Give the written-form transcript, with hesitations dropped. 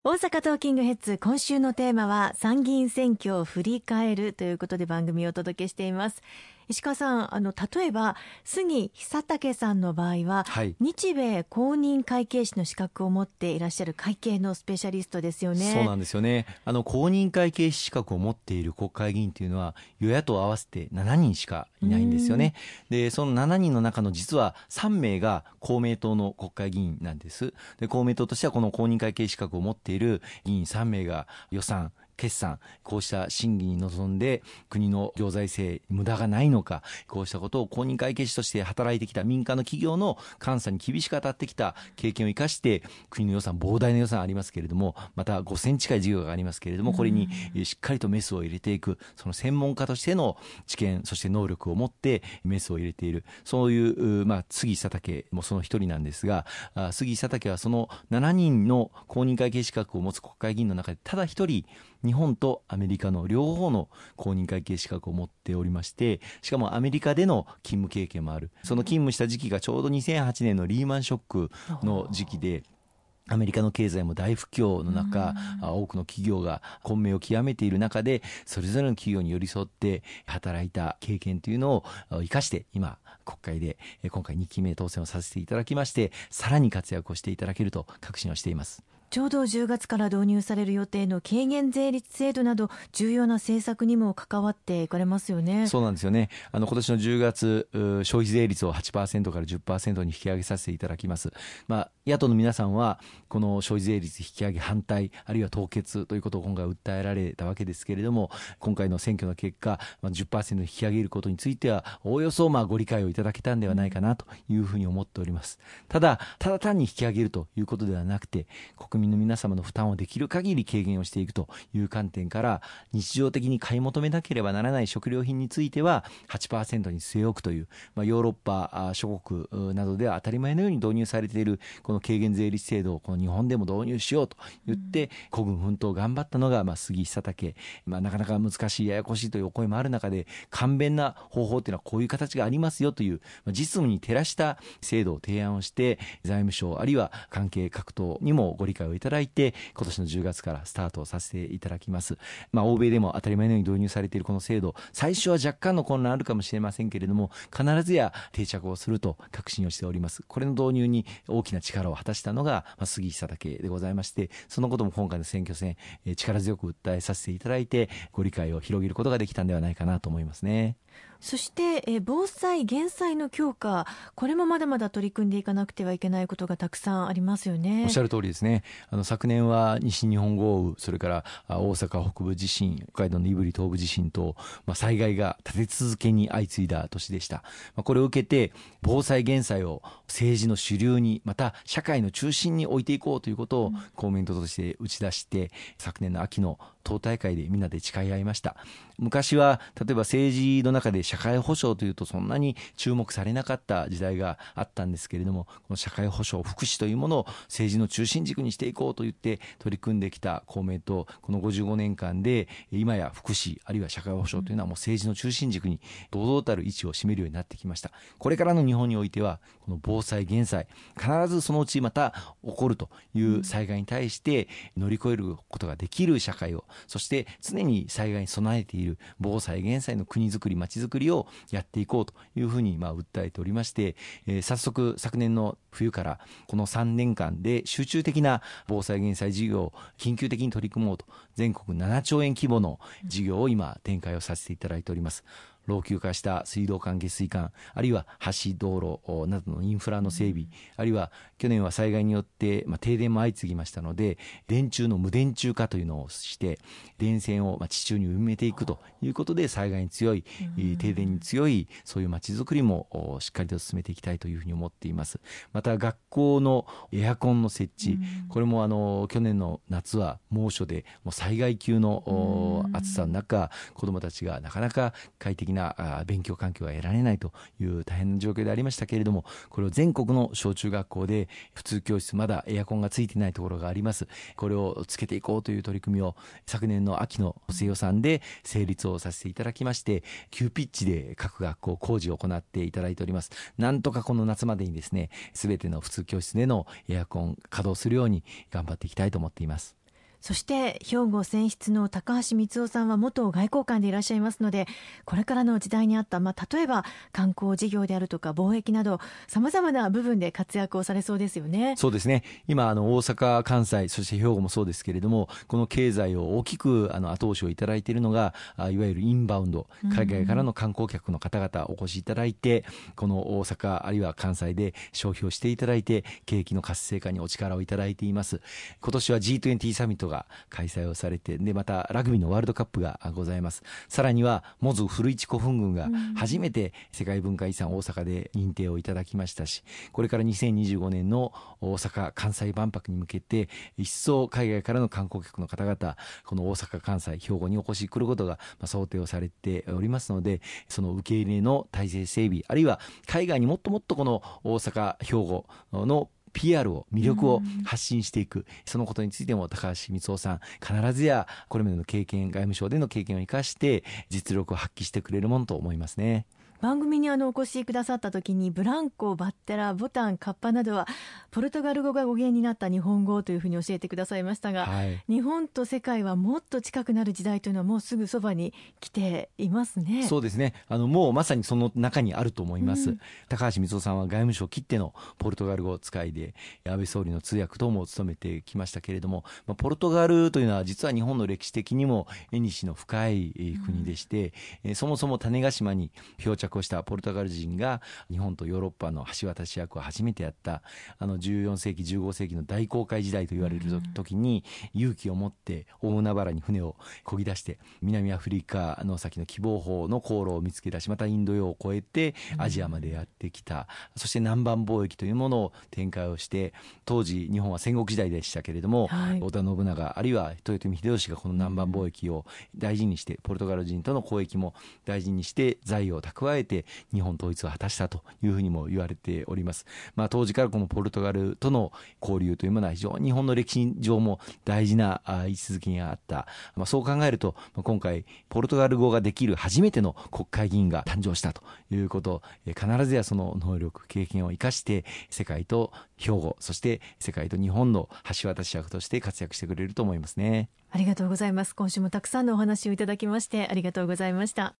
大阪トーキングヘッズ、今週のテーマは参議院選挙を振り返るということで番組をお届けしています。石川さん、例えば杉久武さんの場合は、 はい、 日米公認会計士の資格を持っていらっしゃる会計のスペシャリストですよね。 そうなんですよね。公認会計士資格を持っている国会議員というのは与野党合わせて7人しかいないんですよね。でその7人の中の実は3名が公明党の国会議員なんです。で公明党としてはこの公認会計士資格を持っている議員3名が予算決算、こうした審議に臨んで国の行財政無駄がないのか、こうしたことを公認会計士として働いてきた民間の企業の監査に厳しく当たってきた経験を生かして、国の予算、膨大な予算ありますけれども、また5000近い事業がありますけれども、これにしっかりとメスを入れていく、その専門家としての知見、そして能力を持ってメスを入れている、そういう、杉久武もその一人なんですが、杉久武はその7人の公認会計士資格を持つ国会議員の中でただ一人、日本とアメリカの両方の公認会計資格を持っておりまして、しかもアメリカでの勤務経験もある。その勤務した時期がちょうど2008年のリーマンショックの時期で、アメリカの経済も大不況の中、多くの企業が混迷を極めている中で、それぞれの企業に寄り添って働いた経験というのを生かして今国会で今回2期目当選をさせていただきまして、さらに活躍をしていただけると確信をしています。 ちょうど10月から導入される予定の軽減税率制度など重要な政策にも関わっていかれますよね。 そうなんですよね。今年の10月消費税率を 8% から 10% に引き上げさせていただきます。野党の皆さんはこの消費税率引き上げ反対、あるいは凍結ということを今回訴えられたわけですけれども、今回の選挙の結果 10% に引き上げることについてはおおよそご理解をいただけたんではないかなというふうに思っております。ただ単に引き上げるということではなくて、国民の皆様の負担をできる限り軽減をしていくという観点から、日常的に買い求めなければならない食料品については 8% に据え置くという、ヨーロッパ諸国などでは当たり前のように導入されているこの軽減税率制度をこの日本でも導入しようと言って孤軍奮闘頑張ったのが杉久武。なかなか難しい、ややこしいというお声もある中で、簡便な方法というのはこういう形がありますよという実務に照らした制度を提案をして、財務省あるいは関係各党にもご理解をいただいて、今年の10月からスタートをさせていただきます。欧米でも当たり前のように導入されているこの制度、最初は若干の混乱あるかもしれませんけれども、必ずや定着をすると確信をしております。これの導入に大きな力を果たしたのが杉久武でございまして、そのことも今回の選挙戦力強く訴えさせていただいて、ご理解を広げることができたんではないかなと思いますね。 そして防災減災の強化、これもまだまだ取り組んでいかなくてはいけないことがたくさんありますよね。 おっしゃる通りですね。昨年は西日本豪雨、それから大阪北部地震、北海道の胆振東部地震と、災害が立て続けに相次いだ年でした。これを受けて防災減災を政治の主流に、また社会の中心に置いていこうということを公明党として打ち出して、昨年の秋の党大会でみんなで誓い合いました。昔は例えば政治の中で社会保障というとそんなに注目されなかった時代があったんですけれども、この社会保障福祉というものを政治の中心軸にしていこうと言って取り組んできた公明党、この55年間で今や福祉あるいは社会保障というのはもう政治の中心軸に堂々たる位置を占めるようになってきました。これからの日本においてはこの防災減災、必ずそのうちまた起こるという災害に対して乗り越えることができる社会を、そして常に災害に備えている防災減災の国づくり、町づくりをやっていこうというふうに訴えておりまして、早速昨年の冬からこの3年間で集中的な防災減災事業を緊急的に取り組もうと、全国7兆円規模の事業を今展開をさせていただいております。老朽化した水道管、下水管、あるいは橋、道路などのインフラの整備、あるいは去年は災害によって停電も相次ぎましたので、電柱の無電柱化というのをして電線を地中に埋めていくということで、災害に強い、停電に強いそういう街づくりもしっかりと進めていきたいというふうに思っています。また学校のエアコンの設置、これも去年の夏は猛暑でもう災害級の暑さの中、子どもたちがなかなか快適な勉強環境が得られないという大変な状況でありましたけれども、これを全国の小中学校で普通教室、まだエアコンがついていないところがあります。これをつけていこうという取り組みを昨年の秋の補正予算で成立をさせていただきまして、急ピッチで各学校工事を行っていただいております。なんとかこの夏までにですね、すべての普通教室でのエアコン稼働するように頑張っていきたいと思っています。 そして兵庫選出の高橋光夫さんは元外交官でいらっしゃいますので、これからの時代に合った、例えば観光事業であるとか貿易などさまざまな部分で活躍をされそうですよね。 そうですね。今大阪、関西、そして兵庫もそうですけれども、この経済を大きく後押しをいただいているのがいわゆるインバウンド、海外からの観光客の方々お越しいただいて、この大阪あるいは関西で消費をしていただいて、景気の活性化にお力をいただいています。今年は G20 サミットが開催をされて、でまたラグビーのワールドカップがございます。さらにはモズ古市古墳群が初めて世界文化遺産大阪で認定をいただきましたし、これから2025年の大阪・関西万博に向けて一層海外からの観光客の方々、この大阪・関西・兵庫にお越し来ることが想定をされておりますので、その受け入れの体制整備、あるいは海外にもっともっとこの大阪・兵庫のPR を魅力を発信していく、そのことについても高橋光夫さん必ずやこれまでの経験、外務省での経験を生かして実力を発揮してくれるものと思いますね。 番組にお越しくださった時にブランコ、バッテラ、ボタン、カッパなどはポルトガル語が語源になった日本語というふうに教えてくださいましたが、日本と世界はもっと近くなる時代というのはもうすぐそばに来ていますね。 そうですね。もうまさにその中にあると思います。高橋光夫さんは外務省きってのポルトガル語使いで、安倍総理の通訳等も務めてきましたけれども、ポルトガルというのは実は日本の歴史的にも縁の深い国でして、そもそも種子島に漂着をしたポルトガル人が日本とヨーロッパの橋渡し役を初めてやった14世紀15世紀の大航海時代と言われる時に勇気を持って大海原に船を漕ぎ出して南アフリカの先の希望峰の航路を見つけ出し、またインド洋を越えてアジアまでやってきた。そして南蛮貿易というものを展開をして、当時日本は戦国時代でしたけれども、織田信長あるいは豊臣秀吉がこの南蛮貿易を大事にして、ポルトガル人との交易も大事にして財を蓄えて日本統一を果たしたというふうにも言われております。当時からこのポルトガルとの交流というものは非常に日本の歴史上も大事な位置づけがあった。そう考えると今回ポルトガル語ができる初めての国会議員が誕生したということ、必ずやその能力経験を生かして世界と兵庫、そして世界と日本の橋渡し役として活躍してくれると思いますね。 ありがとうございます。今週もたくさんのお話をいただきましてありがとうございました。